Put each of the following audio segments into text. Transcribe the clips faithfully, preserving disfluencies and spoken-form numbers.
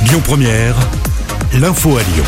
Lyon Première, l'info à Lyon.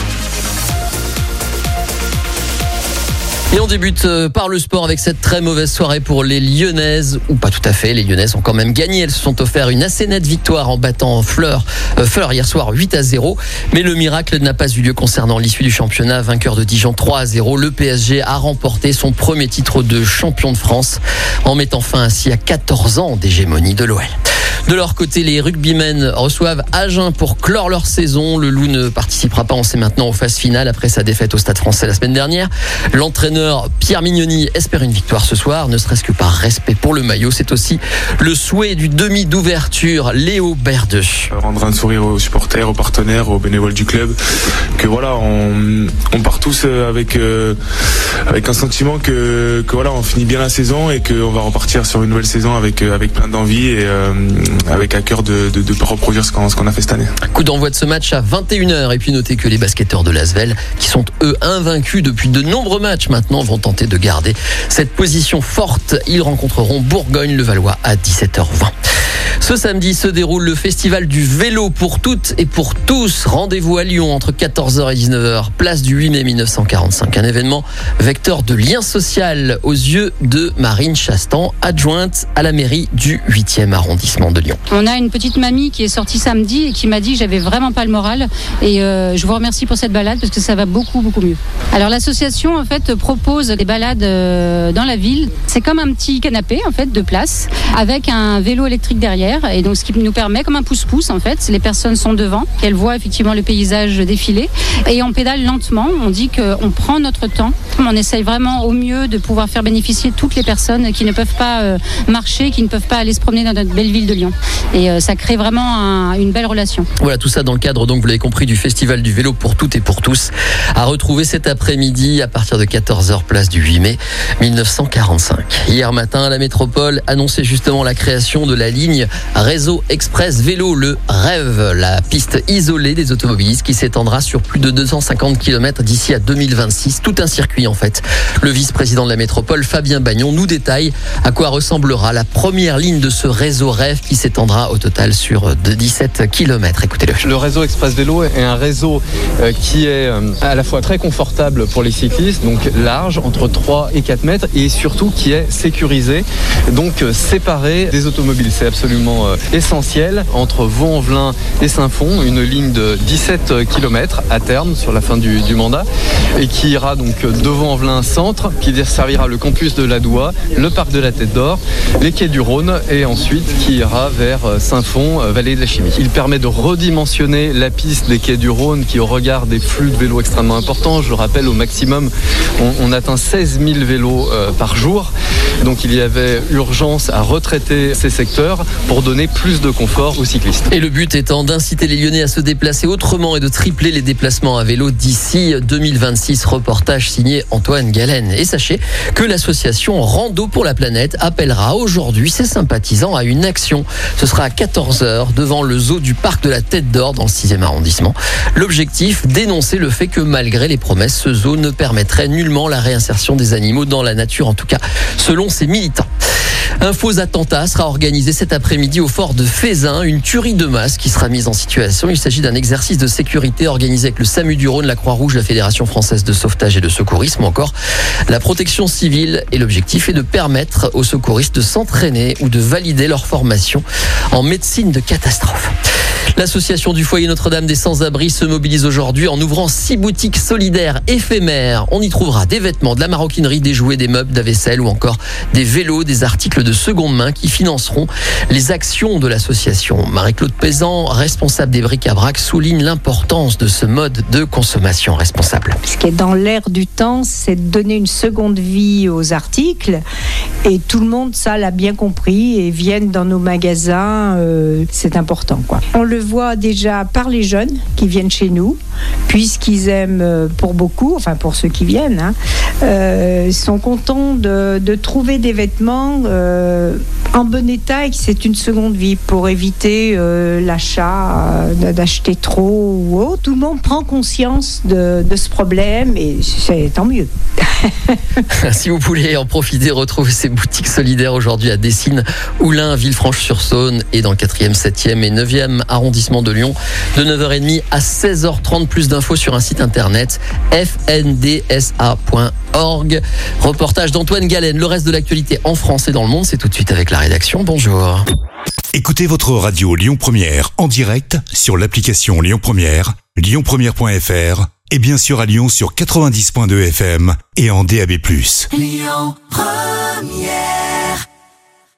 Et on débute par le sport avec cette très mauvaise soirée pour les Lyonnaises, ou pas tout à fait, les Lyonnaises ont quand même gagné, elles se sont offert une assez nette victoire en battant Fleur, euh, Fleur hier soir huit à zéro, mais le miracle n'a pas eu lieu concernant l'issue du championnat. Vainqueur de Dijon trois à zéro, le P S G a remporté son premier titre de champion de France en mettant fin ainsi à quatorze ans d'hégémonie de l'O L. De leur côté, les rugbymen reçoivent Agen pour clore leur saison. Le Loup ne participera pas, on sait maintenant, aux phases finales après sa défaite au Stade Français la semaine dernière. L'entraîneur Pierre Mignoni espère une victoire ce soir, ne serait-ce que par respect pour le maillot. C'est aussi le souhait du demi d'ouverture, Léo Berdeux. Rendre un sourire aux supporters, aux partenaires, aux bénévoles du club. Que voilà, on, on part tous avec, euh, avec un sentiment que, que voilà, on finit bien la saison et qu'on va repartir sur une nouvelle saison avec, avec plein d'envie et euh, avec à cœur de ne pas reproduire ce qu'on, ce qu'on a fait cette année. Coup d'envoi de ce match à vingt et une heures. Et puis notez que les basketteurs de l'Asvel, qui sont eux invaincus depuis de nombreux matchs maintenant, vont tenter de garder cette position forte. Ils rencontreront Bourgogne-le-Valois à dix-sept heures vingt. Ce samedi se déroule le festival du vélo pour toutes et pour tous. Rendez-vous à Lyon entre quatorze heures et dix-neuf heures, place du huit mai mille neuf cent quarante-cinq. Un événement vecteur de lien social aux yeux de Marine Chastan, adjointe à la mairie du huitième arrondissement de Lyon. On a une petite mamie qui est sortie samedi et qui m'a dit que j'avais vraiment pas le moral. Et euh, je vous remercie pour cette balade parce que ça va beaucoup, beaucoup mieux. Alors l'association en fait propose des balades euh, dans la ville. C'est comme un petit canapé en fait de place avec un vélo électrique derrière. Et donc ce qui nous permet, comme un pouce-pouce en fait, les personnes sont devant, qu'elles voient effectivement le paysage défiler et on pédale lentement. On dit qu'on prend notre temps, on essaye vraiment au mieux de pouvoir faire bénéficier toutes les personnes qui ne peuvent pas euh, marcher, qui ne peuvent pas aller se promener dans notre belle ville de Lyon. Et euh, ça crée vraiment un, une belle relation. Voilà, tout ça dans le cadre, donc vous l'avez compris, du festival du vélo pour toutes et pour tous, à retrouver cet après-midi à partir de quatorze heures, place du huit mai mille neuf cent quarante-cinq. Hier matin, la métropole annonçait justement la création de la ligne Réseau Express Vélo, le rêve, la piste isolée des automobilistes qui s'étendra sur plus de deux cent cinquante kilomètres d'ici à deux mille vingt-six. Tout un circuit en fait. Le vice-président de la métropole, Fabien Bagnon, nous détaille à quoi ressemblera la première ligne de ce réseau rêve qui s'étendra au total sur dix-sept kilomètres. Écoutez-le. Le réseau Express Vélo est un réseau qui est à la fois très confortable pour les cyclistes, donc large, entre trois et quatre mètres, et surtout qui est sécurisé, donc séparé des automobiles. C'est absolument essentiel entre Vaux-en-Velin et Saint-Fond, une ligne de dix-sept kilomètres à terme sur la fin du, du mandat et qui ira donc de Vaux-en-Velin centre, qui desservira le campus de l'Adoua, le parc de la Tête d'Or, les quais du Rhône et ensuite qui ira vers Saint-Fond, vallée de la Chimie. Il permet de redimensionner la piste des quais du Rhône qui, au regard des flux de vélos extrêmement importants, je rappelle au maximum, on, on atteint seize mille vélos euh, par jour. Donc il y avait urgence à retraiter ces secteurs pour donner plus de confort aux cyclistes. Et le but étant d'inciter les Lyonnais à se déplacer autrement et de tripler les déplacements à vélo d'ici deux mille vingt-six. Reportage signé Antoine Galen. Et sachez que l'association Rando pour la planète appellera aujourd'hui ses sympathisants à une action. Ce sera à quatorze heures devant le zoo du parc de la Tête d'Or dans le sixième arrondissement. L'objectif, dénoncer le fait que malgré les promesses, ce zoo ne permettrait nullement la réinsertion des animaux dans la nature, en tout cas selon ses militants. Un faux attentat sera organisé cet après-midi au fort de Fézin. Une tuerie de masse qui sera mise en situation. Il s'agit d'un exercice de sécurité organisé avec le SAMU du Rhône, la Croix-Rouge, la Fédération française de sauvetage et de secourisme, ou encore la protection civile. Et l'objectif est de permettre aux secouristes de s'entraîner ou de valider leur formation en médecine de catastrophe. L'association du foyer Notre-Dame des Sans-Abris se mobilise aujourd'hui en ouvrant six boutiques solidaires éphémères. On y trouvera des vêtements, de la maroquinerie, des jouets, des meubles, de la vaisselle ou encore des vélos, des articles de seconde main qui financeront les actions de l'association. Marie-Claude Pézan, responsable des bric-à-brac, souligne l'importance de ce mode de consommation responsable. Ce qui est dans l'air du temps, c'est de donner une seconde vie aux articles et tout le monde, ça, l'a bien compris et viennent dans nos magasins, euh, c'est important, quoi. On le voit déjà par les jeunes qui viennent chez nous, puisqu'ils aiment pour beaucoup, enfin pour ceux qui viennent, hein, euh, sont contents de, de trouver des vêtements euh, en bon état et que c'est une seconde vie pour éviter euh, l'achat, euh, d'acheter trop ou autre. Tout le monde prend conscience de, de ce problème et c'est tant mieux. Si vous voulez en profiter, retrouvez ces boutiques solidaires aujourd'hui à Dessines, Oulin, Villefranche-sur-Saône et dans le quatrième, septième et neuvième arrondissement. arrondissement de Lyon, de neuf heures trente à seize heures trente. Plus d'infos sur un site internet f n d s a point org. Reportage d'Antoine Galen. Le reste de l'actualité en France et dans le monde, c'est tout de suite avec la rédaction. Bonjour. Écoutez votre radio Lyon Première en direct sur l'application Lyon Première, lyon première point f r et bien sûr à Lyon sur quatre-vingt-dix point deux F M et en D A B plus. Lyon Première.